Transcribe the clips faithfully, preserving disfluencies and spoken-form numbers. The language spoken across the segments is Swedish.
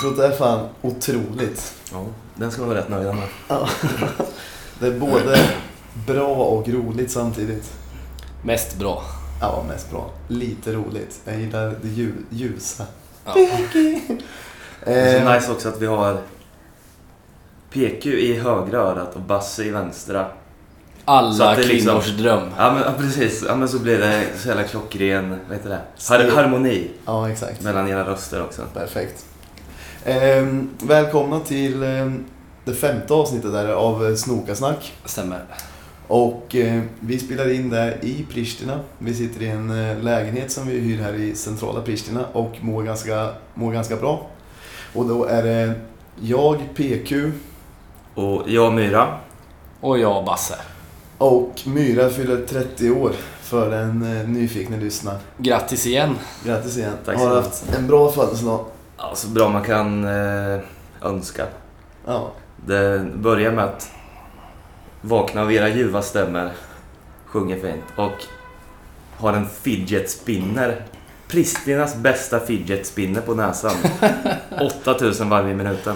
introt är fan otroligt. Ja, den ska vara rätt nöjd med. Ja. Det är både bra och roligt samtidigt. Mest bra. Ja, mest bra. Lite roligt. Jag gillar det ljus- ljusa. Ja. Det är så nice också att vi har P Q i högra örat och Basse i vänstra. Alla liksom, kvinnors dröm. Ja, men, ja precis. Ja, men så blir det så jävla klockren, vad heter det? Har, harmoni. Ja, exakt. Mellan era röster också. Perfekt. Eh, välkomna till eh, det femte avsnittet där av Snokasnack. Stämmer. Och eh, vi spelar in där i Pristina. Vi sitter i en eh, lägenhet som vi hyr här i centrala Pristina och mår ganska, mår ganska bra. Och då är det jag, P Q. Och jag, Myra. Och jag, Basse. Och Myra fyller trettio år för den eh, nyfikna lyssnaren. Grattis igen. Grattis igen. Tack så Har mycket. haft en bra födelsedag. Ja, så bra man kan eh, önska. Ja. Det börjar med att vakna av era ljuva stämmer, sjunger fint och har en fidget spinner. Pristinas bästa fidget spinner på näsan. åtta tusen varv i minuten.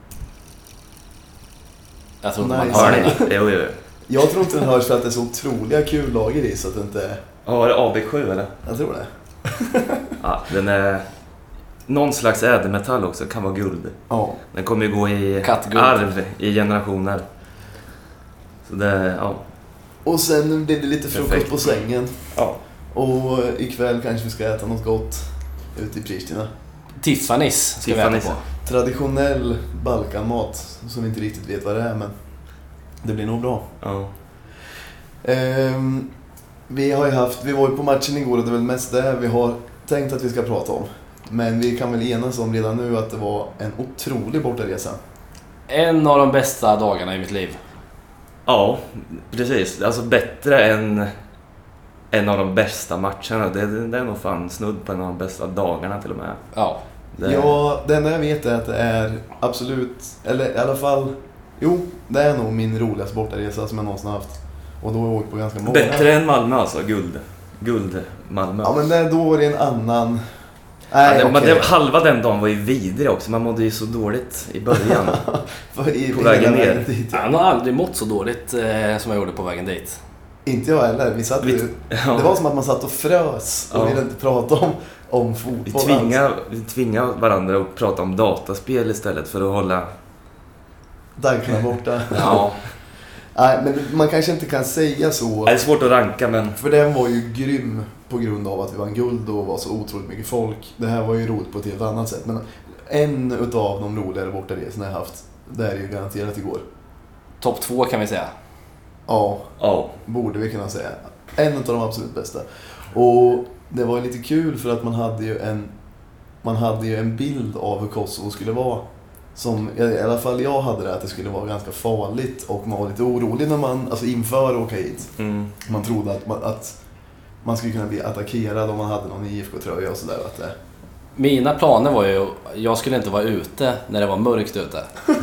Jag tror inte Nice. man hör Hör det. ni? Jo, jo. Jag tror inte den hörs för att det är så otroliga kullager i så att det inte... Ja, är det A B sju eller? Jag tror det. Ja, den är någon slags ädelmetall också, kan vara guld. Ja. Den kommer ju gå i Kattguld. arv i generationer. Så det, ja. Och sen blir det lite frukost Perfekt. på sängen. Ja. Och ikväll kanske vi ska äta något gott ute i Pristina. Tiffany's ska vi Tiffany's. äta på. Traditionell Balkanmat som vi inte riktigt vet vad det är, men det blir nog bra. Ja. Ehm, vi har ju haft, vi var ju på matchen igår och det är väl mest det vi har tänkt att vi ska prata om. Men vi kan väl enas om redan nu att det var en otrolig bortaresa. En av de bästa dagarna i mitt liv. Ja, precis. Alltså bättre än en av de bästa matcherna. Det, det är nog fan snudd på en av de bästa dagarna till och med. Ja. Det, Ja, det enda jag vet är att det är absolut, eller i alla fall, jo, det är nog min roligaste bortaresa som jag någonsin haft. Och då har jag åkt på ganska många. Bättre än Malmö alltså, guld. Guld Malmö. Ja, men det, då var det en annan... Ja, Nej, det, men okej. det, halva den dagen var ju vidrig också. Man mådde ju så dåligt i början. För i, på i vägen hela ner. dit, ja. Han har aldrig mått så dåligt eh, som jag gjorde på vägen dit. Inte jag heller. Vi satt Vi- ju, ja. Det var som att man satt och frös och Ja. ville inte prata om, om Vi fotboll. tvingade, vi tvingade varandra att prata om dataspel istället för att hålla... Tankarna borta. Ja. Nej, men man kanske inte kan säga så. Det är svårt att ranka, men... För den var ju grym på grund av att vi var en guld och var så otroligt mycket folk. Det här var ju roligt på ett helt annat sätt. Men en utav de roligare bortaresorna jag haft, det är ju garanterat igår. Topp två kan vi säga. Ja, Ja. borde vi kunna säga. En av de absolut bästa. Och det var lite kul för att man hade ju en man hade ju en bild av hur Kosovo skulle vara. Som i alla fall jag hade det, att det skulle vara ganska farligt och man var lite orolig när man, alltså inför att åka hit. Mm. Man trodde att man, att man skulle kunna bli attackerad om man hade någon I F K-tröja och sådär. Att det... Mina planer var ju, jag skulle inte vara ute när det var mörkt ute.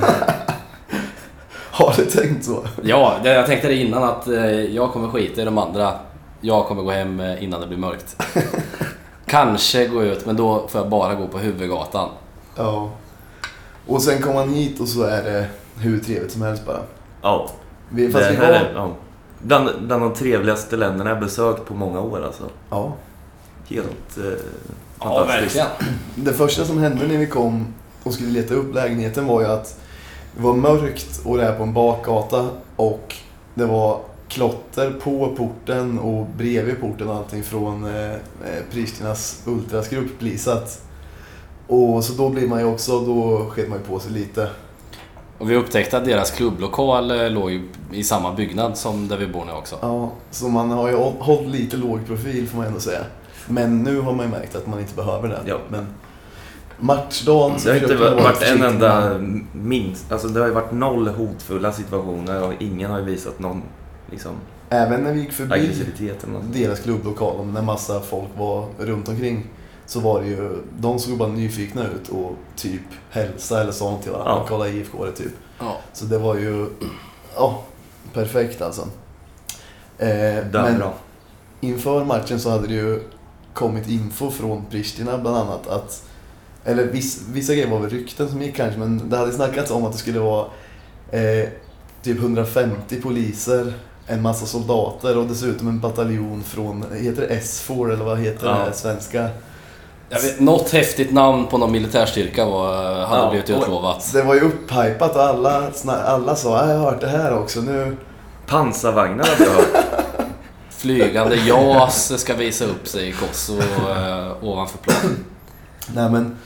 Har du tänkt så? Ja, det, jag tänkte det innan att eh, jag kommer skita i de andra. Jag kommer gå hem eh, innan det blir mörkt. Kanske gå ut, men då får jag bara gå på huvudgatan. Ja. Och sen kom man hit och så är det hur trevligt som helst bara. Ja. Vi, Det fast vi här var... är ja. bland, bland de trevligaste länderna jag besökt på många år alltså. Ja. Helt eh, Ja, fantastiskt. verkligen. Det första som hände när vi kom och skulle leta upp lägenheten var ju att det var mörkt och det är på en bakgata och det var klotter på porten och bredvid porten och allting från eh, Pristinas Ultras grupplisat. Och så då blir man ju också, då sker man ju på sig lite. Och vi upptäckte att deras klubblokal eh, låg ju i samma byggnad som där vi bor nu också. Ja, så man har ju hållit lite låg profil får man ändå säga. Men nu har man ju märkt att man inte behöver det. Ja. Men matchdagen så Det har inte försöker man vara varit en försiktig enda med- minst, alltså det har ju varit noll hotfulla situationer och ingen har ju visat någon liksom Även när vi gick förbi aggressivitet eller något. deras klubblokal, när massa folk var runt omkring, så var det ju, de såg bara nyfikna ut och typ hälsa eller sånt till varandra, Ja. kolla I F K typ. Ja. Så det var ju, ja, perfekt alltså. Eh, Det är men bra. inför matchen så hade det ju kommit info från Pristina bland annat att eller viss, vissa grejer var väl rykten som gick kanske, men det hade snackats om att det skulle vara eh, typ hundrafemtio poliser, en massa soldater och dessutom en bataljon från, heter det S fyra eller vad heter Ja. det svenska? Jag vet, något häftigt namn på någon militärstyrka var, hade Ja, blivit utlovat. Det var ju upphypat och alla, alla sa, jag har hört det här också nu. Pansarvagnar hade jag hört. Flygande JAS ska visa upp sig i Kosovo eh, ovanför plan. Nej men,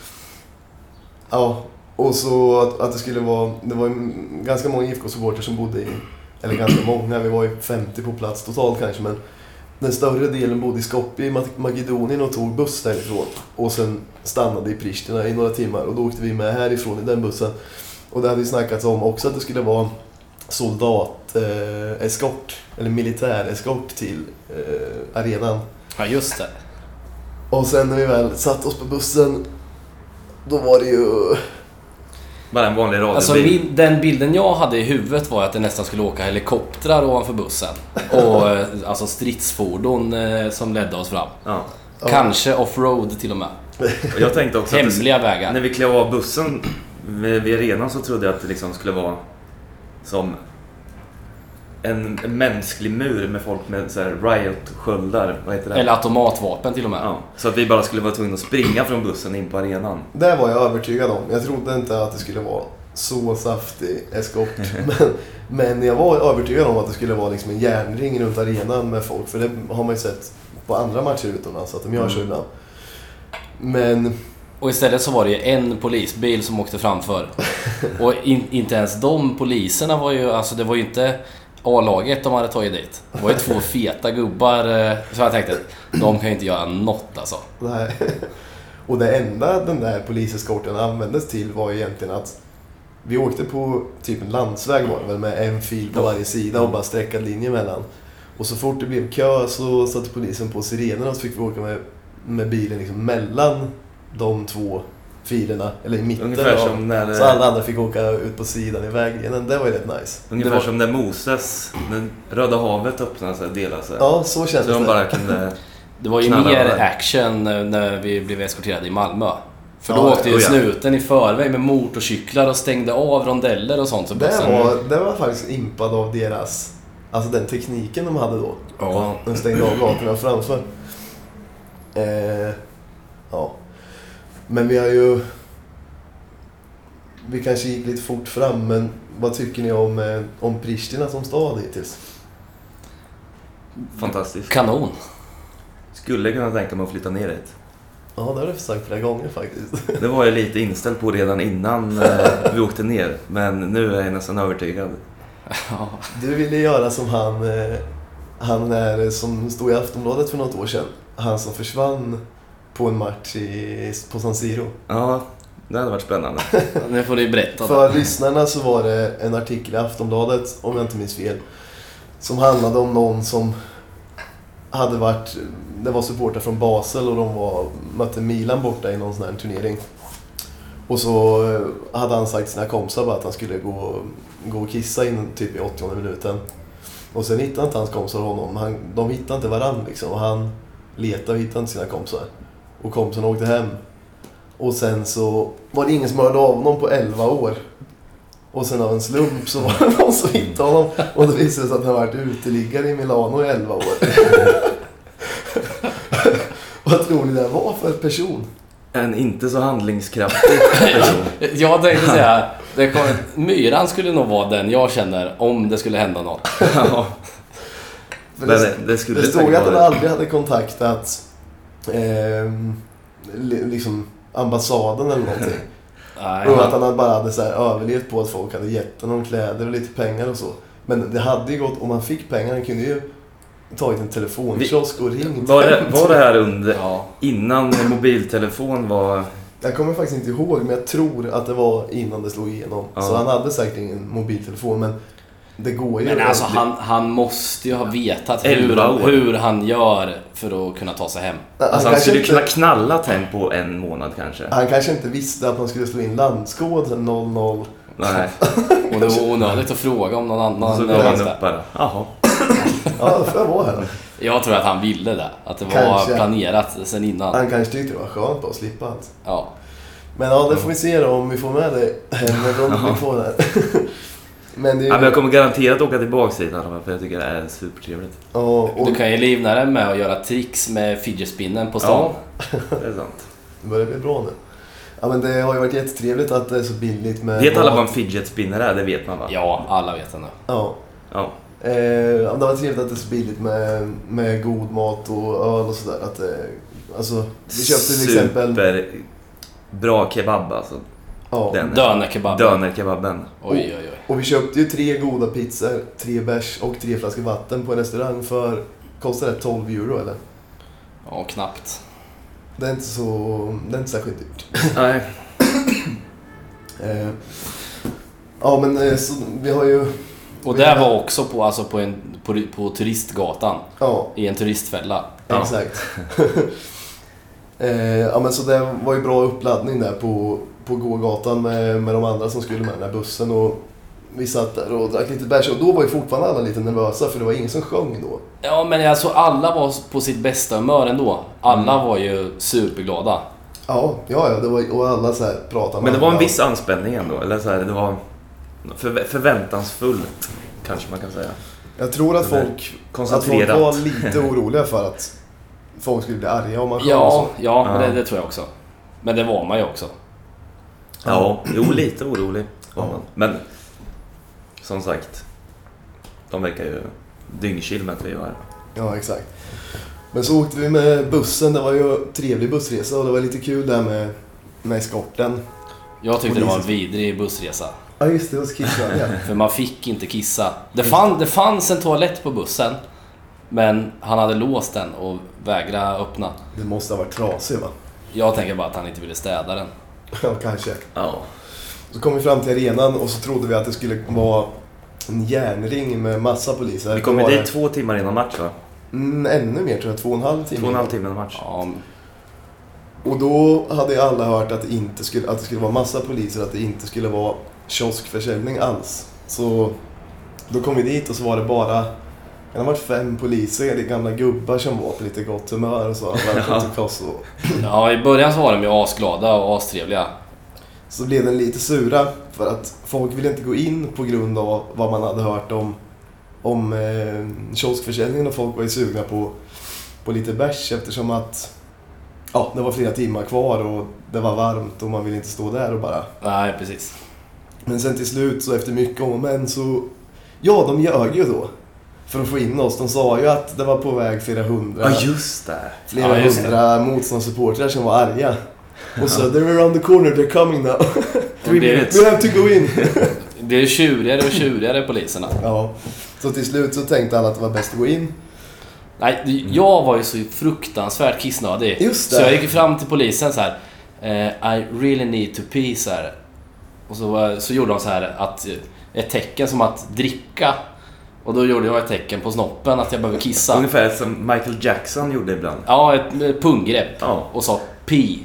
ja, och så att, att det skulle vara, det var ju ganska många I F K-supporter som bodde i, eller ganska många, vi var ju femtio på plats totalt kanske, men den större delen bodde i Skopje i Makedonien och tog buss därifrån och sen stannade i Pristina i några timmar och då åkte vi med härifrån i den bussen. Och det hade ju snackats om också att det skulle vara soldat eh, eskort eller militär eskort till eh, arenan. Ja, just det. Och sen när vi väl satt oss på bussen, då var det ju... Bara en vanlig radiobil. Alltså min, den bilden jag hade i huvudet var att det nästan skulle åka helikoptrar ovanför bussen. Och eh, alltså stridsfordon eh, som ledde oss fram. Ja. Kanske offroad till och med. Och jag tänkte också Hemliga att det, vägar. när vi klev av bussen vid, vid arenan så trodde jag att det liksom skulle vara som en, en mänsklig mur med folk med så här riot-sköldar. Vad heter det? Eller automatvapen till och med. Ja, så att vi bara skulle vara tvungna att springa från bussen in på arenan. Det var jag övertygad om. Jag trodde inte att det skulle vara så saftig eskort. men, men jag var övertygad om att det skulle vara liksom en järnring runt arenan med folk. För det har man ju sett på andra matcher utomlands att de gör så ibland. Men... Och istället så var det ju en polisbil som åkte framför. Och in, inte ens de poliserna var ju, alltså det var ju inte A-laget de hade tagit dit. Det var ju två feta gubbar, så jag tänkte, de kan ju inte göra något alltså. Nej. Och det enda den där poliseskorten användes till var ju egentligen att vi åkte på typ en landsväg var det väl, med en fil på varje sida och bara sträckad linje mellan. Och så fort det blev kö så satte polisen på sirenerna och så fick vi åka med, med bilen liksom mellan de två filerna, eller i mitten. Ungefär av, som när, så alla andra fick åka ut på sidan i vägrenen. Det var ju rätt nice. Ungefär var, som när Moses, när Röda havet öppnade sig och delade sig. Ja, så kändes så de det. bara kunde... Det var ju knalla mer där. action när vi blev eskorterade i Malmö. För då Ja, åkte ju oh ja. snuten i förväg med motorcyklar och stängde av rondeller och sånt. Så det, bussen... var, det var faktiskt impad av deras, alltså den tekniken de hade då. Ja. De stängde av gatorna framför. Eh, ja. Men vi har ju... Vi kanske gick lite fort fram, men vad tycker ni om, eh, om Pristina som stad hittills? Fantastiskt. Kanon. Skulle kunna tänka mig att flytta ner dit. Ja, det har du sagt flera gånger faktiskt. Det var jag lite inställd på redan innan eh, vi åkte ner. Men nu är jag nästan övertygad. Ja. Du ville göra som han, eh, han är, som stod i Aftonbladet för något år sedan. Han som försvann på en match i, på San Siro. Ja, det hade varit spännande. Nu får du berätta. För lyssnarna så var det en artikel i Aftonbladet, om jag inte minns fel, som handlade om någon som hade varit, det var supporter från Basel och de var, mötte Milan borta i någon sån här turnering. Och så hade han sagt till sina kompisar bara att han skulle gå, gå och kissa in typ i åttionde minuten. Och sen hittade inte hans kompisar honom. Han, de hittade inte varann liksom. Och han letade och hittade inte sina kompisar. Och kompisen åkte hem. Och sen så var det ingen som hörde av honom på elva år. Och sen av en slump så var det någon som hittade honom. Och det visade sig att han varit uteliggare i Milano i elva år. Vad tror ni det var för person? En inte så handlingskraftig person. Jag tänkte säga, det kom, Myran skulle nog vara den jag känner om det skulle hända något. Ja. För Men det, det, det skulle det stod säkert att han vara det. aldrig hade kontaktat eh, liksom ambassaden eller någonting. Nej, Och att han bara hade så här överlevt på att folk hade gett honom kläder och lite pengar och så. Men det hade ju gått, om man fick pengar, han kunde ju tagit en telefonkiosk och ringt. Var det, var det här under, ja. innan mobiltelefon var... Jag kommer faktiskt inte ihåg, men jag tror att det var innan det slog igenom. Ja. Så han hade säkert ingen mobiltelefon, men det går ju. Men alltså han, han måste ju ha vetat elva år. hur, hur han gör för att kunna ta sig hem. Han, Alltså han kanske skulle ju inte, kunna knalla hem på en månad kanske. han kanske inte visste att man skulle slå in landskod noll noll. Nej, Och det var onödigt att fråga om någon annan. så gav han upp bara. Jaha. Ja, det får jag vara här. Jag tror att han ville det. Att det var Kanske. planerat sen innan. Han kanske tyckte det var skönt att slippa allt. Ja. Men ja, det får vi se då om vi får med det. Men de blir kvar där. Men, det är... ja, men jag kommer garanterat åka till baksidan för jag tycker det är supertrevligt. Ja, och... Du kan ju livna dig med att göra tricks med fidget spinnen på stan. Ja, det är sant. Det börjar bli bra nu. Ja, men det har ju varit jättetrevligt att det är så billigt med... Vet alla vad en fidget spinner är? Det vet man, va? Ja, alla vet det nu. Ja. Ja. Eh, det var trevligt att det är så billigt med, med god mat och öl och sådär. Att det, alltså, vi köpte till exempel... Super bra kebab alltså. Ja. Dönerkebaben. Dönerkebaben. Oj, oj, oj. Och vi köpte ju tre goda pizzor, tre bärs och tre flaskor vatten på en restaurang för... Kostar det tolv euro eller? Ja, knappt. Det är inte så... Det är inte särskilt dyrt. Nej. eh, ja, men så, vi har ju... Och det var också på, alltså på, en, på, på turistgatan. Ja. I en turistfälla. Ja. Exakt. eh, ja, men så det var ju bra uppladdning där på, på gågatan med, med de andra som skulle med den här bussen. Och vi satt där och drack lite bärs. Och då var ju fortfarande alla lite nervösa för det var ingen som sjöng då. Ja, men alltså alla var på sitt bästa humör ändå. Alla mm. var ju superglada. Ja, ja, ja det var, och alla så här pratade. Men det var en viss anspänning ändå. Eller så här, det var för, förväntansfullt, kanske man kan säga. Jag tror att folk, att folk var lite oroliga för att folk skulle bli arga om man sjöng. Ja, så. ja, ja. Det, det tror jag också. Men det var man ju också. Ja, jo, lite orolig var man. Men som sagt, de verkar ju dyngchill med att vi var. Ja, exakt. Men så åkte vi med bussen. Det var ju en trevlig bussresa och det var lite kul där med, med eskorten. Jag tyckte det var en vidrig bussresa. Ja, just det, det var kissade, ja. För man fick inte kissa. Det, fann, det fanns en toalett på bussen, men han hade låst den och vägrade öppna. Det måste ha varit trasig, va? Jag tänker bara att han inte ville städa den. Ja, kanske. Ja. Så kom vi fram till arenan och så trodde vi att det skulle vara en järnring med massa poliser. Vi kom ju dit två timmar innan match, va? Mm, ännu mer tror jag, två och en halv timme. Två och en halv timme innan match. Ja. Och då hade ju alla hört att det inte skulle, att det skulle vara massa poliser, att det inte skulle vara kioskförsäljning alls. Så då kom vi dit och så var det bara, det har varit fem poliser, det gamla gubbar som var på lite gott humör och så. Ja. Till Kosovo. Ja, i början så var de ju asglada och astrevliga. Så blev den lite sura för att folk ville inte gå in på grund av vad man hade hört om, om eh, kioskförsäljningen, och folk var ju sugna på, på lite bärs eftersom att ja, det var flera timmar kvar och det var varmt och man ville inte stå där och bara... Nej, precis. Men sen till slut så efter mycket om och men så... Ja, de ljög ju då. För att få in oss. De sa ju att det var på väg flera hundra... Ja, just det. Flera ja, just hundra motståndssupportrar som var arga. Och så, they're around the corner, they're coming now. Three det, minutes. We have to go in. Det är tjurigare och tjurigare poliserna. Ja, så till slut så tänkte alla att det var bäst att gå in. Nej, jag var ju så fruktansvärt kissnödig. Just det. Så jag gick fram till polisen så här. Eh, I really need to pee, så här. Och så, så gjorde de så här att ett tecken som att dricka. Och då gjorde jag ett tecken på snoppen att jag behöver kissa. Ungefär som Michael Jackson gjorde ibland. Ja, ett punggrepp. Ja. Och sa pee.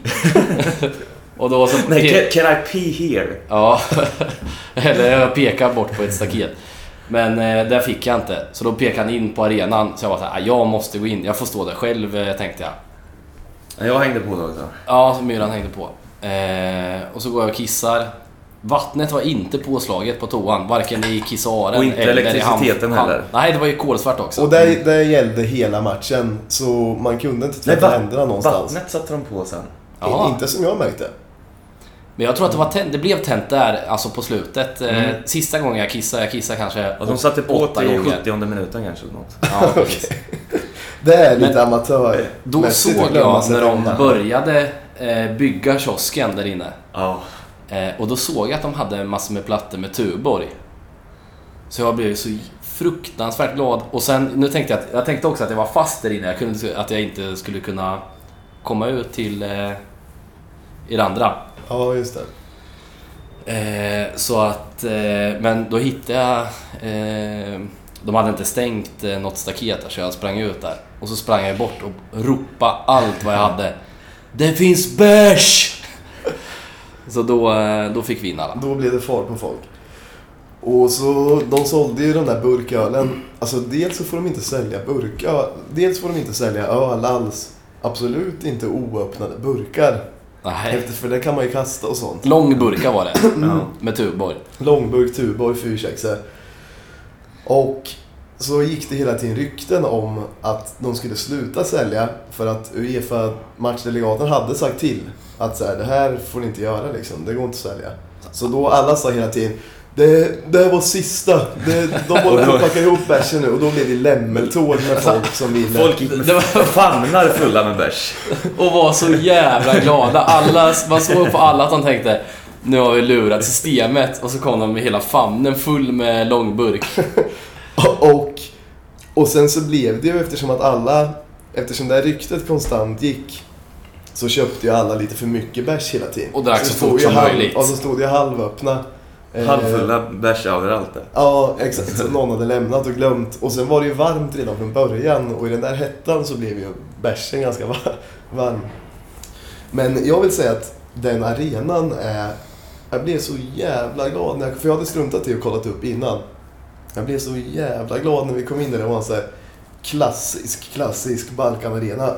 Och då så Nej, can, can I pee here? Ja, eller jag pekade bort på ett staket. Men eh, där fick jag inte. Så då pekade han in på arenan. Så jag var så här, jag måste gå in. Jag får stå där själv, eh, tänkte jag. Jag hängde på då också. Ja, så myran hängde på. Eh, och så går jag och kissar. Vattnet var inte påslaget på toan. Varken i kissaren och inte eller elektriciteten i hand. heller. Nej, det var ju kolsvart också. Och det, det gällde hela matchen. Så man kunde inte tvätta händerna någonstans. Vattnet satte de på sen. Jaha. Inte som jag märkte. Men jag tror att det, var tänt, det blev tänt där, alltså på slutet. Mm. Eh, sista gången jag kissade, jag kissade kanske och de satte på till gånger. sjuttionde minuten kanske. Något. Ja, precis. Det är lite Men amatör. Då mässigt såg att glömma jag sig när de undan. började eh, bygga kiosken där inne. Ja. Eh, och då såg jag att de hade massor med plattor med Tuborg. Så jag blev så fruktansvärt glad. Och sen, nu tänkte jag att, jag tänkte också att jag var fast där inne. Jag kunde, att jag inte skulle kunna komma ut till eh, er andra. Ja, just det. Eh, så att, eh, men då hittade jag, eh, de hade inte stängt eh, något staket där, så jag sprang ut där. Och så sprang jag bort och ropade allt vad jag hade. Det finns bärs! Så då, eh, då fick vi in alla. Då blev det fart på folk. Och så, de sålde ju den där burkölen. Alltså dels så får de inte sälja burkar. Dels får de inte sälja öl alls. Absolut inte oöppnade burkar. Nej. Efter, för det kan man ju kasta och sånt. Långburkar var det. Ja. Med Tuborg. Långburk, Tuborg, fyrsexa. Och så gick det hela tiden rykten om att de skulle sluta sälja för att UEFA-matchdelegaten hade sagt till att så här, det här får ni inte göra liksom, det går inte att sälja. Så då alla sa hela tiden, det, det här var sista, det, de håller på att packa ihop bärsen nu, och då blev det lämmeltåg med folk som ville. Folk gick med famnar fulla med bärs. Och var så jävla glada. Alla, man såg på alla att de tänkte, nu har vi lurat systemet. Och så kom de med hela famnen full med långburk. och, och sen så blev det ju, eftersom att alla, eftersom det här ryktet konstant gick, så köpte ju alla lite för mycket bärs hela tiden. Och drack så, så fort som halv, möjligt. Och så stod det halvöppna. Halvfulla bärs överallt där. Ja, exakt. Så någon hade lämnat och glömt. Och sen var det ju varmt redan från början. Och i den där hettan så blev ju bärsen ganska varm. Men jag vill säga att den arenan är... Jag blev så jävla glad när jag... För jag hade struntat i och kollat upp innan. Jag blev så jävla glad när vi kom in där. Det var en så här klassisk, klassisk Balkan-arena.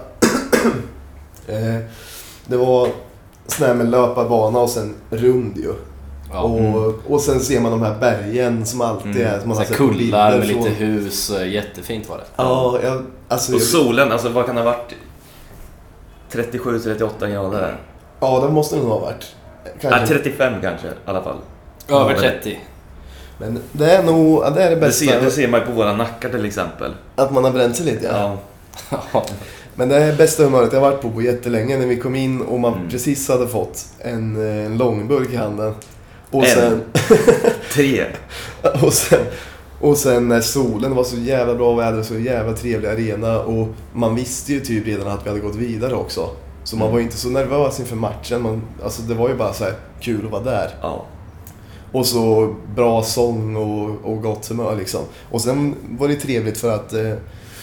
Det var sån här med löparbana och sen rund ju. Ja. Och, och sen ser man de här bergen som alltid är... Som man så har sett kullar med från... lite hus, jättefint var det. Ja, jag, alltså... Och solen, alltså vad kan det ha varit? trettiosju till trettioåtta grader? Ja, det måste nog ha varit. Kanske. Ja, trettiofem kanske, i alla fall. Över trettio. Men det är nog... Ja, det är det bästa. Det ser, det ser man ju på våra nackar till exempel. Att man har bränt sig lite, ja. Ja. Men det är bästa humöret jag har varit på på jättelänge, när vi kom in och man Mm. precis hade fått en, en långburk i handen. Och en. sen... Tre. och sen... Och sen när solen var så jävla bra väder, så jävla trevlig arena, och man visste ju typ redan att vi hade gått vidare också. Så man var ju inte så nervös inför matchen. Man, alltså det var ju bara så här kul att vara där. Ja. Och så bra sång och, och gott humör liksom. Och sen var det trevligt för att eh,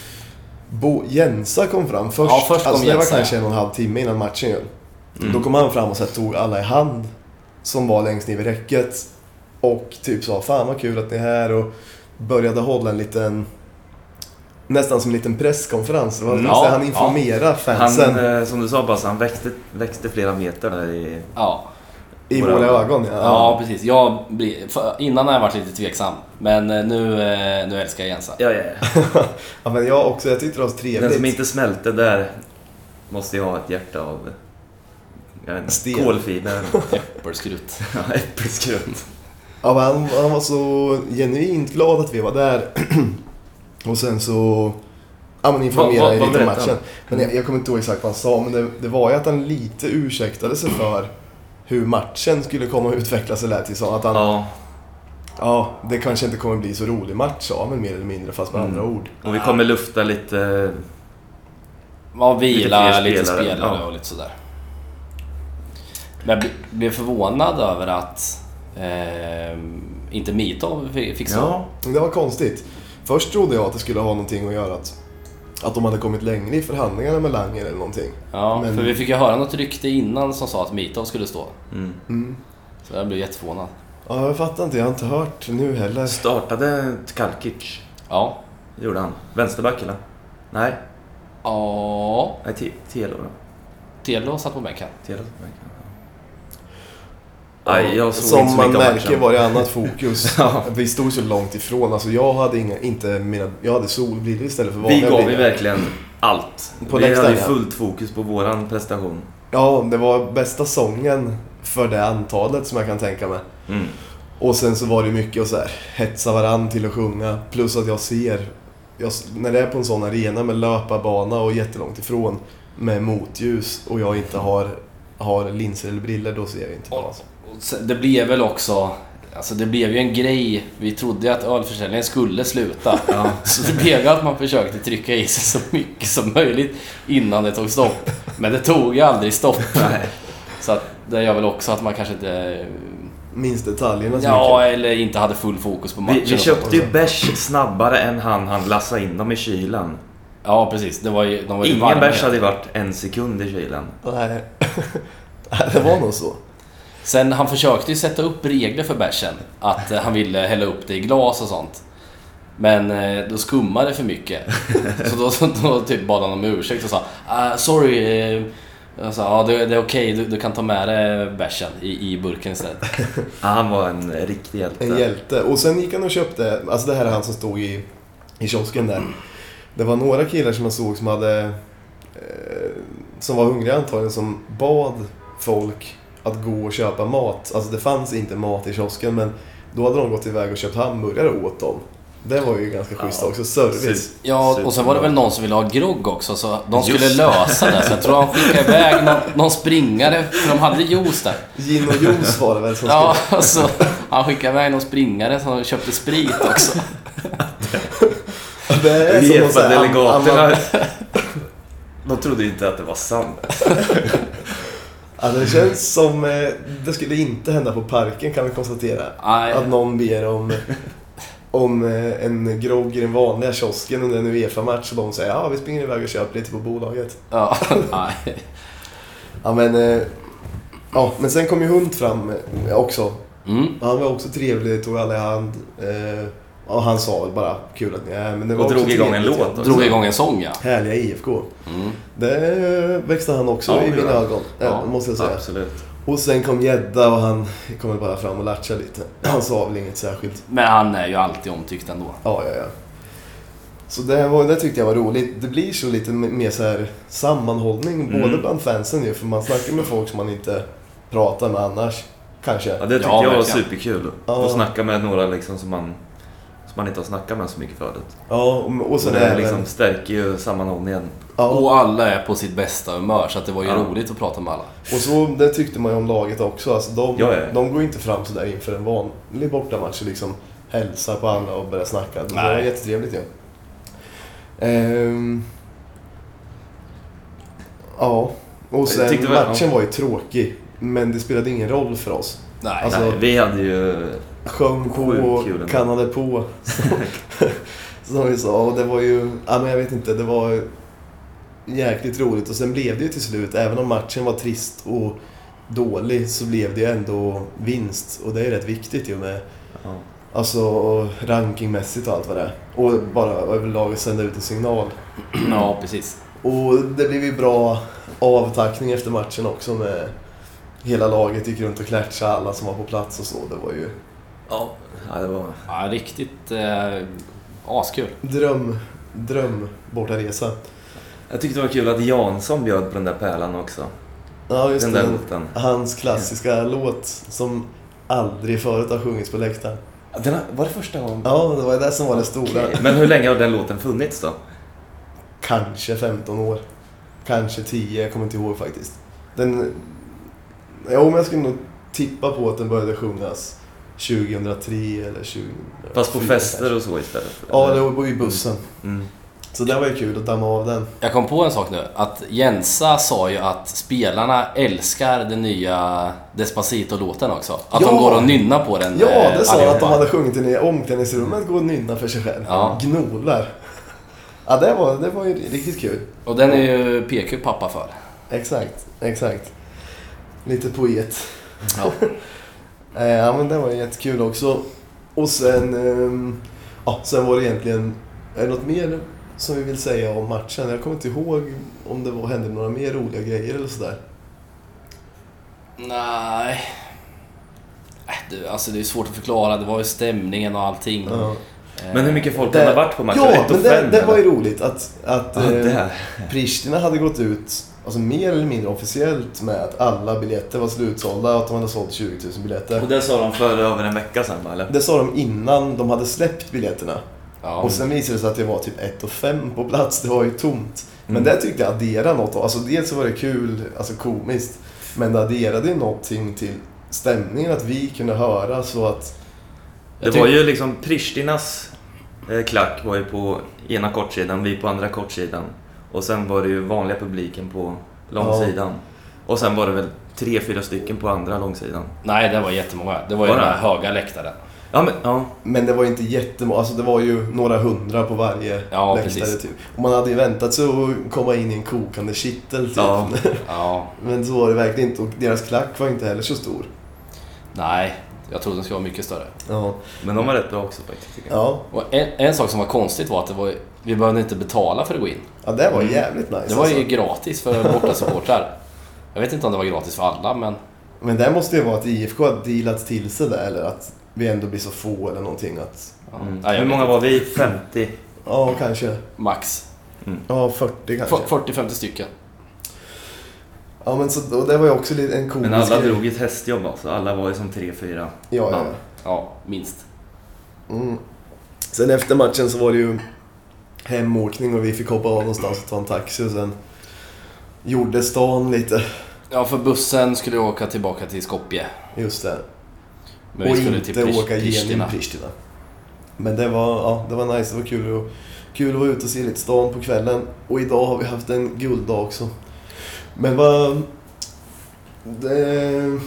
Bo Jensa kom fram först. Ja, först kom alltså det var Jensa, kanske ja. en och en halv timme innan matchen ju. Mm. Då kom han fram och så här, tog alla i hand som var längst ner vid räcket. Och typ sa, fan vad kul att ni är här, och började hålla en liten, nästan som en liten presskonferens. Det var, Mm, så ja, han informerade fansen. Han, eh, som du sa, bara, han växte, växte flera meter där i... Ja. I våra våra ögon. ögon, ja. Ja, precis. Jag blir, för, innan har jag varit lite tveksam. Men eh, nu, eh, nu älskar jag Jensa. Ja, ja, ja. Ja, men jag också, jag tyckte det var så trevligt. Den som inte smälte där måste ju ha ett hjärta av... Jag vet inte, Sten. kolfiber. Äppelskrutt. Ja, äppelskrutt. Ja, men han, han var så genuint glad att vi var där. Och sen så... Ja, men informerade Vad- vad- i vad lite berättade matchen. han? Men jag, jag kommer inte ihåg exakt vad han sa, men det, det var ju att han lite ursäktade sig för hur matchen skulle komma att utvecklas, eller till så att han... Ja. Ja, det kanske inte kommer bli så rolig match, sa men mer eller mindre, fast med Mm. andra ord. och vi kommer lufta lite... Ja, vila, Lite fler lite spelare, spelare ja. och lite sådär. Men jag bl- blev förvånad över att eh, inte Mitov fick så. Ja, Men det var konstigt. Först trodde jag att det skulle ha någonting att göra att, att de hade kommit längre i förhandlingarna med Langer eller någonting. Ja, Men- för vi fick ju höra något rykte innan som sa att Mitov skulle stå. mm. Mm. Så jag blev jätteförvånad. Ja, jag fattar inte. Jag har inte hört nu heller. Startade Tkalkic. Ja. Det gjorde han. Vänsterback eller? Nej, Ja. nej T- Telo då. Telo satt på bänken. Telo på bänken. Nej, jag såg Som inte så man mycket av märker matchen. var det annat fokus. Ja. Vi stod så långt ifrån. Alltså jag hade inga, inte mina, jag hade solbrillor istället för Vi vanliga gav ju brillor. verkligen allt. På vi hade läktaren, ju ja. fullt fokus på våran prestation. Ja, det var bästa sången för det antalet som jag kan tänka mig. Mm. Och sen så var det mycket att så här, hetsa varann till att sjunga. Plus att jag ser, jag, när det är på en sån arena med löparbana och jättelångt ifrån med motljus och jag inte har, har linser eller briller, då ser jag inte bra. Alltså. Och sen- Det blev väl också... Alltså det blev ju en grej. Vi trodde ju att ölförsäljningen skulle sluta. Ja. Så det blev ju att man försökte trycka i sig så mycket som möjligt innan det tog stopp. Men det tog ju aldrig stopp. Nej. Så att det gör väl också att man kanske inte... Minst detaljerna så Ja, mycket. eller inte hade full fokus på matchen. Vi, vi och köpte sånt. ju bärs snabbare än han han lassa in dem i kylen. Ja, precis. Det var ju, de var ju Ingen varma. bärs hade varit en sekund i kylen. Nej, det var nog så. Sen han försökte ju sätta upp regler för bärsen. Att eh, han ville hälla upp det i glas och sånt. Men eh, då skummade det för mycket. Så då, så, då typ bad han om ursäkt och sa ah, sorry, eh, Jag sa, ja det, det är okej, du, du kan ta med dig bärsen i, i burken istället. Ja, han var en riktig hjälte. En hjälte. Och sen gick han och köpte, alltså det här är han som stod i, i kiosken där. Det var några killar som jag såg som hade, eh, som var hungriga antagligen, som bad folk att gå och köpa mat. Alltså det fanns inte mat i kiosken, men då hade de gått iväg och köpt hamburgare åt dem. Det var ju ganska schysst också, service. Ja, och sen var det väl någon som ville ha grogg också, så de skulle lösa det. Så jag tror han skickade iväg någon, någon springare, för de hade juice där. Gin och juice var det väl som ja, skulle... Ja, så han skickade iväg någon springare som köpte sprit också. Det är som att säga, delegaterna. De trodde inte att det var sant. Ja, det känns som eh, det skulle inte hända på Parken, kan vi konstatera. Aj. Att någon ber om, om eh, en grogg i den vanliga kiosken under en UEFA-match och de säger ja, vi springer iväg och köper lite på bolaget. Ja, nej. Ja, men, eh, ja, men sen kom ju Hund fram eh, också. Mm. Han var också trevlig, tog alla i hand. Eh, och han sa väl bara kul att ni är. Men det var och drog igång en låt också. Drog igång en sång, ja. Härliga I F K. Mm. Det växte han också ja, i mina ögon, ja, måste jag säga. Absolut. Och sen kom Gedda och han kom bara fram och latchade lite. Han sa väl inget särskilt. Men han är ju alltid omtyckt ändå. Ja, ja, ja. Så det, var, det tyckte jag var roligt. Det blir så lite mer så här sammanhållning, mm. både bland fansen ju. För man snackar med folk som man inte pratar med annars, kanske. Ja, det tyckte ja, jag var verkligen. superkul. Ja. Att snacka med några liksom som man... man inte har snackat med så mycket förut. Ja, och, och så och det är liksom väl... stärker ju sammanhållningen. Ja. Och alla är på sitt bästa humör, så att det var ju ja. roligt att prata med alla. Och så det tyckte man ju om laget också. Alltså de, ja, ja. de går inte fram så där inför en vanlig bortamatch och liksom hälsar på alla och börjar snacka. Det var Nej. jättetrevligt, ja. Ehm... Ja, och sen väl, matchen ja. var ju tråkig, men det spelade ingen roll för oss. Nej, alltså, Nej vi hade ju... Sjöng på och kannade på. Som vi sa, och det var ju, ja men jag vet inte, det var jäkligt roligt. Och sen blev det ju till slut, även om matchen var trist och dålig, så blev det ju ändå vinst. Och det är rätt viktigt ju med, ja. alltså rankingmässigt och allt vad det är. Och bara överlag sända ut en signal. Ja, precis. Och det blev ju bra avtackning efter matchen också med hela laget gick runt och klatschade, alla som var på plats och så. Det var ju... Ja, det var... Ja, riktigt eh, askul. Dröm, dröm borta resa. Jag tyckte det var kul att Jansson bjöd på den där pärlan också. Ja, just den det. där låten. Hans klassiska ja. låt som aldrig förut har sjungits på läktaren. Den var det första gången? Ja, det var det som var det stora. Okay. Men hur länge har den låten funnits då? Kanske femton år. Kanske tio, jag kommer inte ihåg faktiskt. Den... Ja, men jag skulle nog tippa på att den började sjungas tjugohundratre eller tjugo. Fast på fester kanske. Och så istället? Ja, det var i bussen. Mm. Så det var ju kul att damma av den. Jag kom på en sak nu. Att Jensa sa ju att spelarna älskar den nya Despacito-låten också. Att ja. de går och nynnar på den. Ja, det sa allihopa. att de hade sjungit den i omklädningsrummet. Går och nynnar för sig själv. Ja. Gnolar. Ja, det var, det var ju riktigt kul. Och den är ju P Q pappa för. Exakt, exakt. Lite poet. Ja. Ja, men det var jättekul också. Och sen, ja, sen var det egentligen, är det något mer som vi vill säga om matchen? Jag kommer inte ihåg om det var, hände några mer roliga grejer eller sådär. Nej. Du, alltså det är svårt att förklara. Det var ju stämningen och allting. Ja. Men hur mycket folk det, hade varit på matchen? Ja, men det, det var ju roligt att, att ja, eh, Pristina hade gått ut, alltså mer eller mindre officiellt, med att alla biljetter var slutsålda och att de hade sålt tjugo tusen biljetter. Och det sa de för över en vecka sedan, eller? Det sa de innan de hade släppt biljetterna. Ja. Och sen visade det sig att det var typ ett och fem på plats. Det var ju tomt. Men Mm. det tyckte jag adderade något. Alltså dels så var det kul, alltså komiskt. Men det adderade ju någonting till stämningen, att vi kunde höra så att... Det var ju liksom Pristinas eh, klack var ju på ena kortsidan, vi på andra kortsidan. Och sen var det ju vanliga publiken på långsidan. Ja. Och sen var det väl tre, fyra stycken på andra långsidan. Nej, det var jättemånga. Det var ju var den det? här höga läktaren. Ja, men, ja. Men det var ju inte jättemånga, alltså det var ju några hundra på varje ja, läktare typ. Och man hade ju väntat sig att komma in i en kokande kittel typ. Ja. Ja. Men så var det verkligen inte, och deras klack var inte heller så stor. Nej, jag trodde den skulle vara mycket större. Ja. Men de var rätt bra också faktiskt, tycker jag. Ja. Och en, en sak som var konstigt var att det var, vi behövde inte betala för att gå in. Ja, det var jävligt nice. Det var ju alltså. gratis för borta supportrar. Jag vet inte om det var gratis för alla, men... Men det måste ju vara att I F K har dealat till sig där, eller att vi ändå blir så få eller någonting. Att... Mm. Ja, hur många var vi? femtio? Ja, kanske. Max. Mm. Ja, fyrtio kanske. fyrtio femtio stycken. Ja, men så, och det var ju också lite en komisk... Men alla drog ett hästjobb alltså. Alla var ju som tre, fyra. Ja, ja. Ja, minst. Mm. Sen efter matchen så var det ju hemåkning och vi fick hoppa av någonstans och ta en taxi och sen gjorde stan lite. Ja, för bussen skulle åka tillbaka till Skopje. Just det. Men och vi skulle inte till Prish- åka igenom Pristina. Men det var, ja, det var nice, det var kul, och, kul att vara ute och se lite stan på kvällen. Och idag har vi haft en gulddag också. Men vad... Det,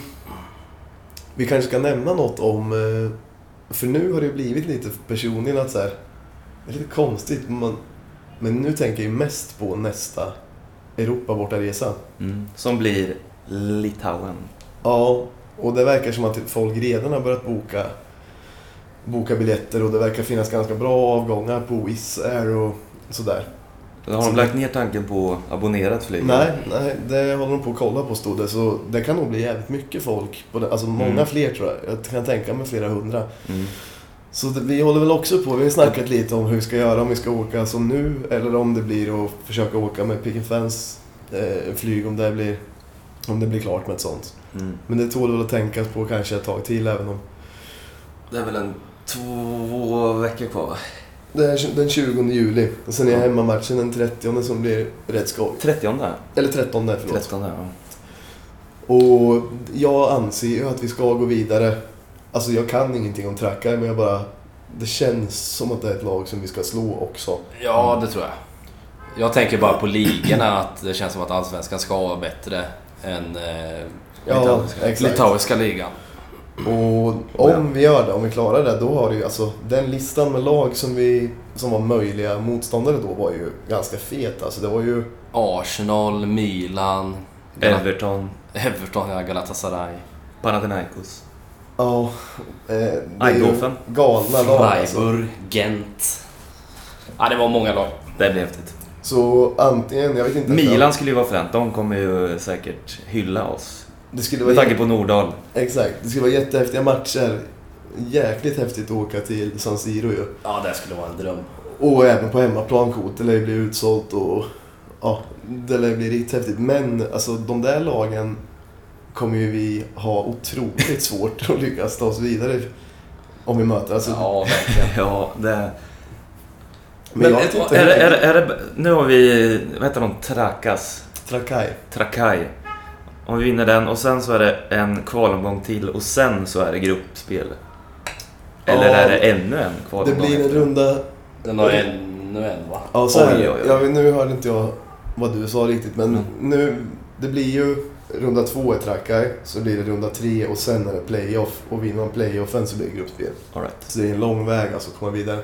vi kanske ska nämna något om... För nu har det blivit lite personligen att så här, det är lite konstigt. Man, men nu tänker jag mest på nästa Europa borta resa. Mm. Som blir Litauen. Ja, och det verkar som att folk redan har börjat boka boka biljetter och det verkar finnas ganska bra avgångar på Wizz Air och sådär. Har de lagt ner tanken på abonnerat flyg? Nej, nej, det håller de på att kolla på, stod det. Så det kan nog bli jävligt mycket folk på det. Alltså många mm. fler tror jag. Jag kan tänka mig flera hundra. Mm. Så det, vi håller väl också på. Vi har snackat lite om hur vi ska göra, om vi ska åka som nu eller om det blir att försöka åka med Pick and Fans eh, flyg om det blir om det blir klart med ett sånt. Mm. Men det tål väl att tänkas på kanske ett tag till, även om det är väl en två veckor kvar. det är den tjugonde juli. Och sen är ja. hemmamatchen den trettionde som blir rätt skoj. trettionde? Eller trettonde, förlåt. trettonde, ja. Och jag anser ju att vi ska gå vidare. Alltså jag kan ingenting om Trakai, men jag bara... Det känns som att det är ett lag som vi ska slå också. Ja, det tror jag. Jag tänker bara på ligorna, att det känns som att Allsvenskan ska vara bättre än eh, ja, litauiska, exakt. litauiska ligan. Och om vi gör det, om vi klarar det, då har det ju alltså den listan med lag som vi som var möjliga motståndare då var ju ganska fet. Alltså det var ju Arsenal, Milan, Galat- Everton, Everton, ja, Galatasaray, Panathinaikos. ja, eh, det är Eindhoven, ju galna lag alltså. Freiburg, Gent. Ja, det var många lag. Det blir häftigt. Så antingen, jag vet inte. Milan skulle ju vara fränt. De kommer ju säkert hylla oss. Det skulle vara med tanke på Nordahl. Exakt, det skulle vara jättehäftiga matcher. Jäkligt häftigt att åka till San Siro ju. Ja, det skulle vara en dröm. Och även på hemmaplan, det lär bli utsålt och ja, det lär bli riktigt häftigt. Men alltså de där lagen kommer ju vi ha otroligt svårt att lyckas ta oss vidare om vi möter. Alltså, ja, verkligen. Ja, det... Men, men jag är, är, är, är det, nu har vi, vad heter de, Trakas? Trakai. Trakai. Om vi vinner den och sen så är det en kvalomgång till och sen så är det gruppspel. Eller ja, är det ännu en kvalomgång? Det blir en runda... Den har ännu en, va? Ja, så här, oj, oj, oj. Jag, nu hörde inte jag vad du sa riktigt, men mm. nu, det blir ju runda två i Trakai, så blir det runda tre och sen är det playoff, och vinner man playoffen så blir det gruppspel. All right. Så det är en lång väg alltså att komma vidare.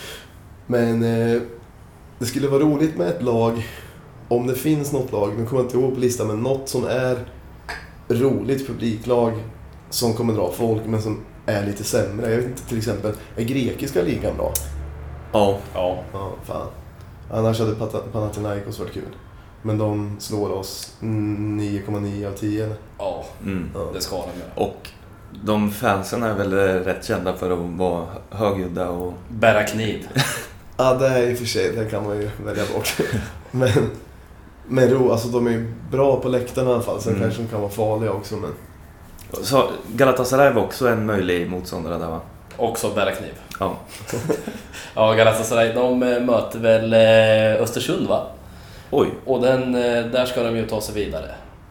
Men eh, det skulle vara roligt med ett lag, om det finns något lag, nu kommer jag inte ihåg på listan, men något som är roligt publiklag som kommer dra folk men som är lite sämre. Jag vet inte, till exempel, är grekiska ligan bra? Ja. Ja. Ja, fan. Annars hade Panathinaikos varit kul. Men de slår oss nio komma nio av tio. Ja, Mm. Ja. det ska de göra. Och de fansen är väl rätt kända för att vara högljudda och... bära kniv. Ja, det är i och för sig, det kan man ju välja bort. Men, men ro, alltså de är ju bra på läktarna i alla fall. Sen Mm. kanske de kan vara farliga också, men... Så Galatasaray var också en möjlig motståndare där, va? Också bära kniv. Ja. Ja, Galatasaray, de möter väl eh, Östersund, va? Oj. Och den, eh, där ska de ju ta sig vidare.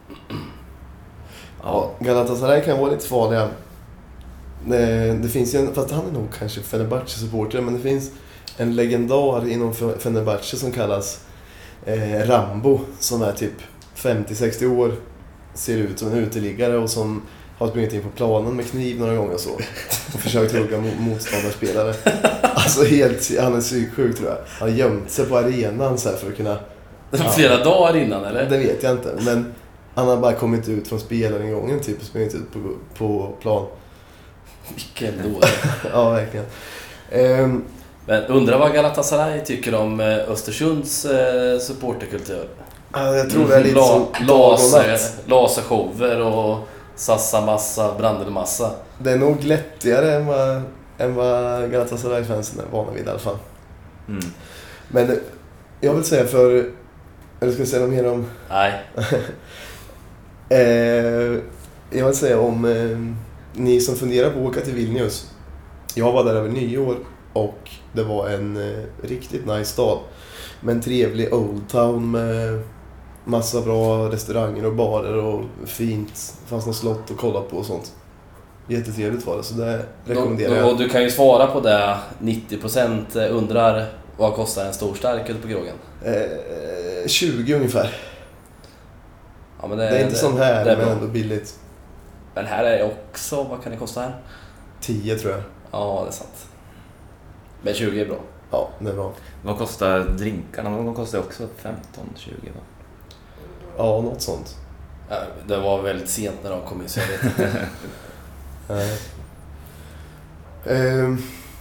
Ja, Galatasaray kan vara lite farliga. Det, det finns ju en, fast han är nog kanske Fenerbahce-supporter, men det finns en legendar inom Fenerbahce som kallas eh, Rambo, som är typ femtio sextio år, ser ut som en uteliggare och som har sprungit in på planen med kniv några gånger så och försökt hugga motståndarspelare. Alltså helt, han är psyksjuk tror jag. Han har gömt sig på arenan så här för att kunna... Flera dagar innan, eller? Det vet jag inte, men han har bara kommit ut från spelaringången typ och sprungit ut på, på plan. Vilken då? Ja, verkligen. Um, Men undrar vad Galatasaray tycker om Östersunds eh, supporterkultur? Ja, jag tror det är lite La- som laser, laser. lasershower och sassa massa, brandelmassa. Det är nog glättigare än vad, än vad Galatasaray-fansen är vana vid i alla fall. Mm. Men jag vill säga för... Eller ska jag säga något mer om... Nej. eh, jag vill säga om eh, ni som funderar på att åka till Vilnius. Jag var där över nyår och det var en eh, riktigt nice stad. Med en trevlig Old Town med massa bra restauranger och barer och fint. Det fanns något slott att kolla på och sånt. Jättetrevligt var det, så det rekommenderar då, jag. då, du kan ju svara på det. nittio procent undrar vad kostar en stor stark ute på krogen? Eh, tjugo ungefär. Ja, men Det är inte det, som här, det är men bra. ändå billigt. Men här är också, vad kan det kosta här? tio tror jag. Ja, det är sant. Men tjugo är bra. Ja, det är bra. Vad kostar drinkarna? De kostar också femton tjugo, va? Ja, något sånt. Ja, det var väldigt sent när de kom in, så jag vet inte. Nej. Ehm.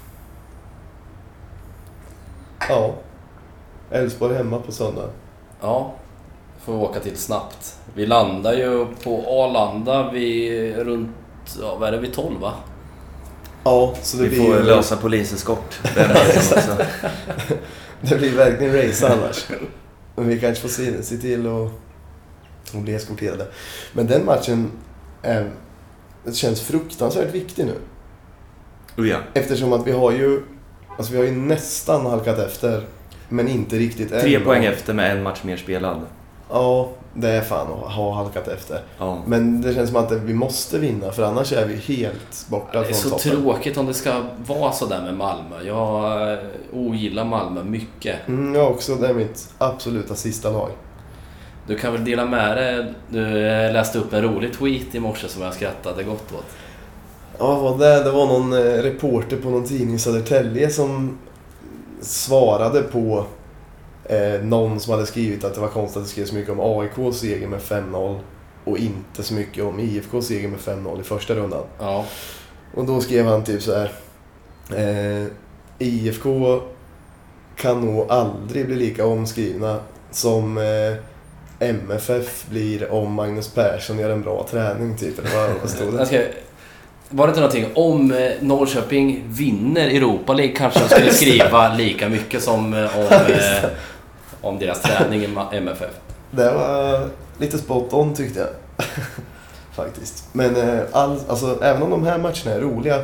Ja. Elfsborg hemma på söndag. Ja, får vi åka till snabbt. Vi landar ju på Arlanda vid runt, ja, vad är det, vid tolv, va? Ja, så det Vi blir får ju... lösa poliseskort. Det är det också. Det blir verkligen race annars. Men vi kanske får se, se till att, att bli eskorterade. Men den matchen är, det känns fruktansvärt viktig nu. Oh ja. Eftersom att vi har ju, alltså vi har ju nästan halkat efter, men inte riktigt än. Tre poäng efter med en match mer spelad. Ja, det är fan att ha halkat efter. Ja. Men det känns som att vi måste vinna, för annars är vi helt borta Det är från så toppen. tråkigt om det ska vara så där med Malmö. Jag eh, ogillar Malmö mycket. Mm, jag också, det är mitt absoluta sista lag. Du kan väl dela med dig. Du eh, läste upp en rolig tweet i morse som jag skrattade gott åt. Ja, vad det, det var någon eh, reporter på någon tidning i Södertälje som svarade på eh, någon som hade skrivit att det var konstigt att det skrevs mycket om A I K:s seger med fem noll och inte så mycket om I F K:s seger med fem noll i första rundan. Ja. Och då skrev han typ så här: eh, I F K kan nog aldrig bli lika omskrivna som eh, M F F blir om Magnus Persson gör en bra träning typ. Det var, vad stod det? Jag ska, var det inte någonting om eh, Norrköping vinner Europa League, kanske de skulle skriva lika mycket som eh, om, eh, om deras träning i M F F. Det var lite spot on tyckte jag. Faktiskt. Men eh, all, alltså, även om de här matcherna är roliga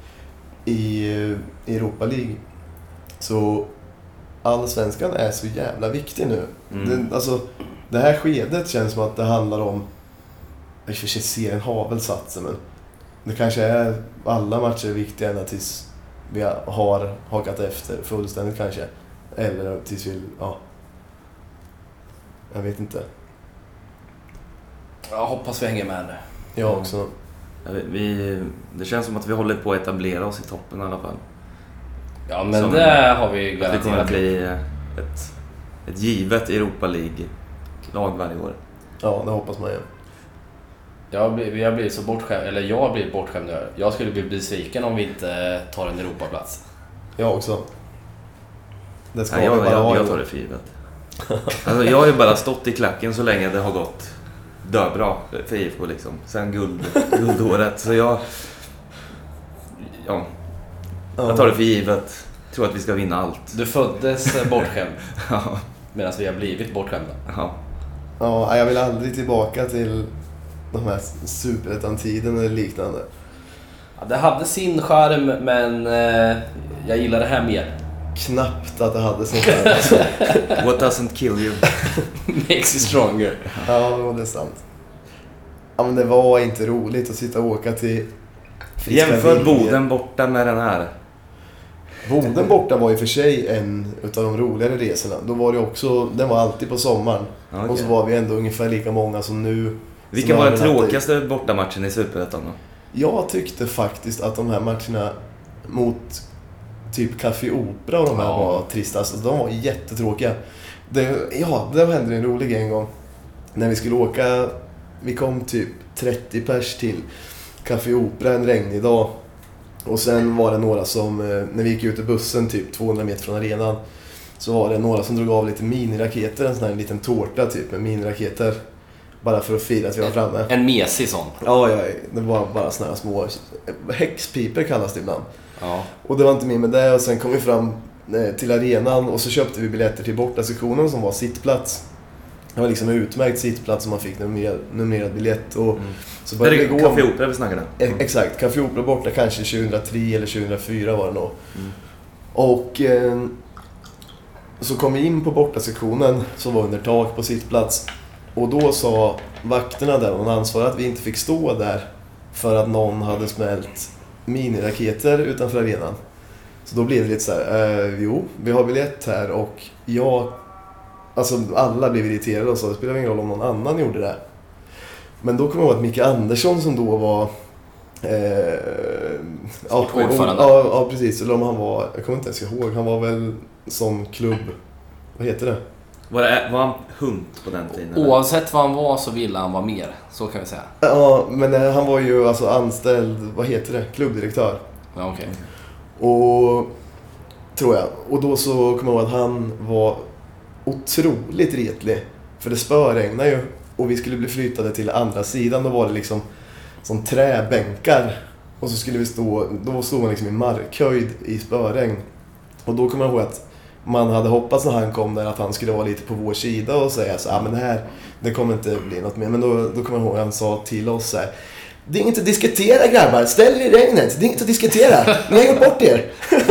i, i Europa League, så allsvenskan är så jävla viktig nu. Mm. Det, alltså, det här skedet känns som att det handlar om, i och för sig serien har väl satt sig, men det kanske är alla matcher viktiga ända tills vi har hakat efter fullständigt kanske. Eller tills vi, ja. Jag vet inte. Jag hoppas vi hänger med nu. Jag också. Ja, vi- vi, det känns som att vi håller på att etablera oss i toppen i alla fall. Ja, men Som- det har vi Att vi kommer att garanterat. bli ett, ett givet Europa League-lag varje år. Ja, det hoppas man ju. Jag blir, vi har blivit så bortskämd, eller jag har blivit bortskämd nu. Jag skulle bli besviken om vi inte tar en Europaplats. Jag också. Det ska Ja, vi jag, bara jag, ha. jag tar det för givet. Alltså, jag har ju bara stått i klacken så länge det har gått döbra för I F K liksom. Sen guld, guldåret. Så jag... Ja, jag tar det för givet. Tror att vi ska vinna allt. Du föddes bortskämd Ja, medan vi har blivit bortskämda. ja. Ja, jag vill aldrig tillbaka till de här superettan-tiden eller liknande. Ja, det hade sin charm, men eh, jag gillar det här mer. Knappt att det hade sånt där. What doesn't kill you? Makes you stronger. Ja, det är sant. Ja, men det var inte roligt att sitta och åka till Friska Jämför Vinge. Boden borta med den här. Boden borta var ju för sig en utav de roligare resorna. Då var det också, den var alltid på sommaren. Ja, okej. Och så var vi ändå ungefär lika många som nu. Vilken som var den övernattade. tråkigaste bortamatchen i Superettan då? Jag tyckte faktiskt att de här matcherna mot typ Café Opera och de här Ja. var trista. Alltså, de var jättetråkiga. Det, ja, det hände en rolig grej en gång. När vi skulle åka, vi kom typ trettio pers till Café Opera en regnig dag. Och sen var det några som, eh, när vi gick ut ur bussen typ tvåhundra meter från arenan, så var det några som drog av lite miniraketer, en sån här liten tårta typ med miniraketer. Bara för att fira att vi var framme. En mesig sån. Ja, ja, det var bara såna här små häxpiper kallas det ibland. Ja. Och det var inte mer med det, och sen kom vi fram till arenan och så köpte vi biljetter till bortasektionen som var sittplats. Det var liksom en utmärkt sittplats som man fick nummererad, nummerad biljett. Och mm. så började det det gå. Café Opera vi snackade. Mm. Exakt, Café Opera borta kanske tjugohundratre eller tjugohundrafyra var det nog. Mm. Och eh, så kom vi in på bortasektionen som var under tak på sittplats. Och då sa vakterna där, och någon ansvarade att vi inte fick stå där för att någon hade smält miniraketer utanför arenan. Så då blev det lite så här, eh, jo, vi har biljett här och jag, alltså alla blev irriterade och sa, det spelar ingen roll om någon annan gjorde det. Men då kom jag ihåg att Micke Andersson som då var eh, ja, ordförande. Ja, ja, precis, eller om han var, jag kommer inte ens ihåg, han var väl sån klubb, vad heter det? Var, det, var han hunt på den tiden? Eller? Oavsett vad han var så ville han vara mer, så kan vi säga. Ja, men eh, han var ju alltså anställd, vad heter det, klubbdirektör. Ja, okej. Och tror jag. Och då så kommer jag ihåg att han var otroligt retlig. För det spöregnade ju. Och vi skulle bli flyttade till andra sidan. Då var det liksom som träbänkar. Och så skulle vi stå, då stod man liksom i markhöjd i spöregn. Och då kommer jag ihåg att man hade hoppats när han kom där att han skulle vara lite på vår sida och säga så, ja ah, men det här, det kommer inte bli något mer. Men då, då kommer jag ihåg att han sa till oss så här: det är inget att diskutera grabbar, ställ i regnet, det är inget att diskutera, ni har gjort bort er.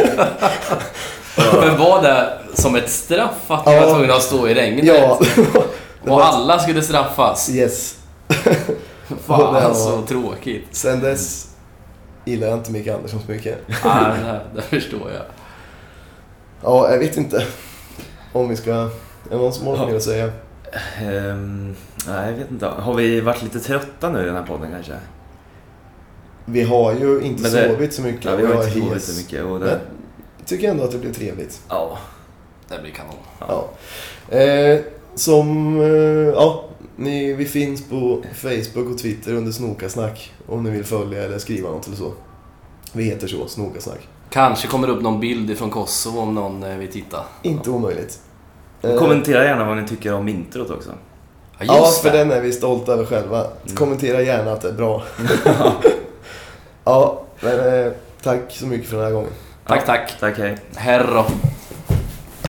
Men var det som ett straff att ni ja. var tvungna att stå i regnet? Ja. Och alla skulle straffas? Yes. Fan, var... så tråkigt. Sen dess gillar jag inte Micke Andersson så mycket. Ja, det, här, det förstår jag. Ja, jag vet inte om vi ska, är det någon som har mer att säga? Um, nej, jag vet inte. Har vi varit lite trötta nu i den här podden kanske? Vi har ju inte Men det, sovit så mycket. Ja, vi har jag inte är sovit hes. så mycket. Och det... Men jag tycker ändå att det blir trevligt. Ja. Det blir kanon. Ja. Ja. Eh, som, eh, ja, ni, vi finns på Facebook och Twitter under Snokasnack. Om ni vill följa eller skriva något eller så. Vi heter så, Snokasnack. Kanske kommer upp någon bild från Kosovo om någon vill titta. Inte omöjligt. Eh, Kommentera gärna vad ni tycker om introt också. Ja, ja, för det. den är vi stolta över själva. Mm. Kommentera gärna att det är bra. Ja, men eh, tack så mycket för den här gången. Tack, tack. Tack, hej. Herro.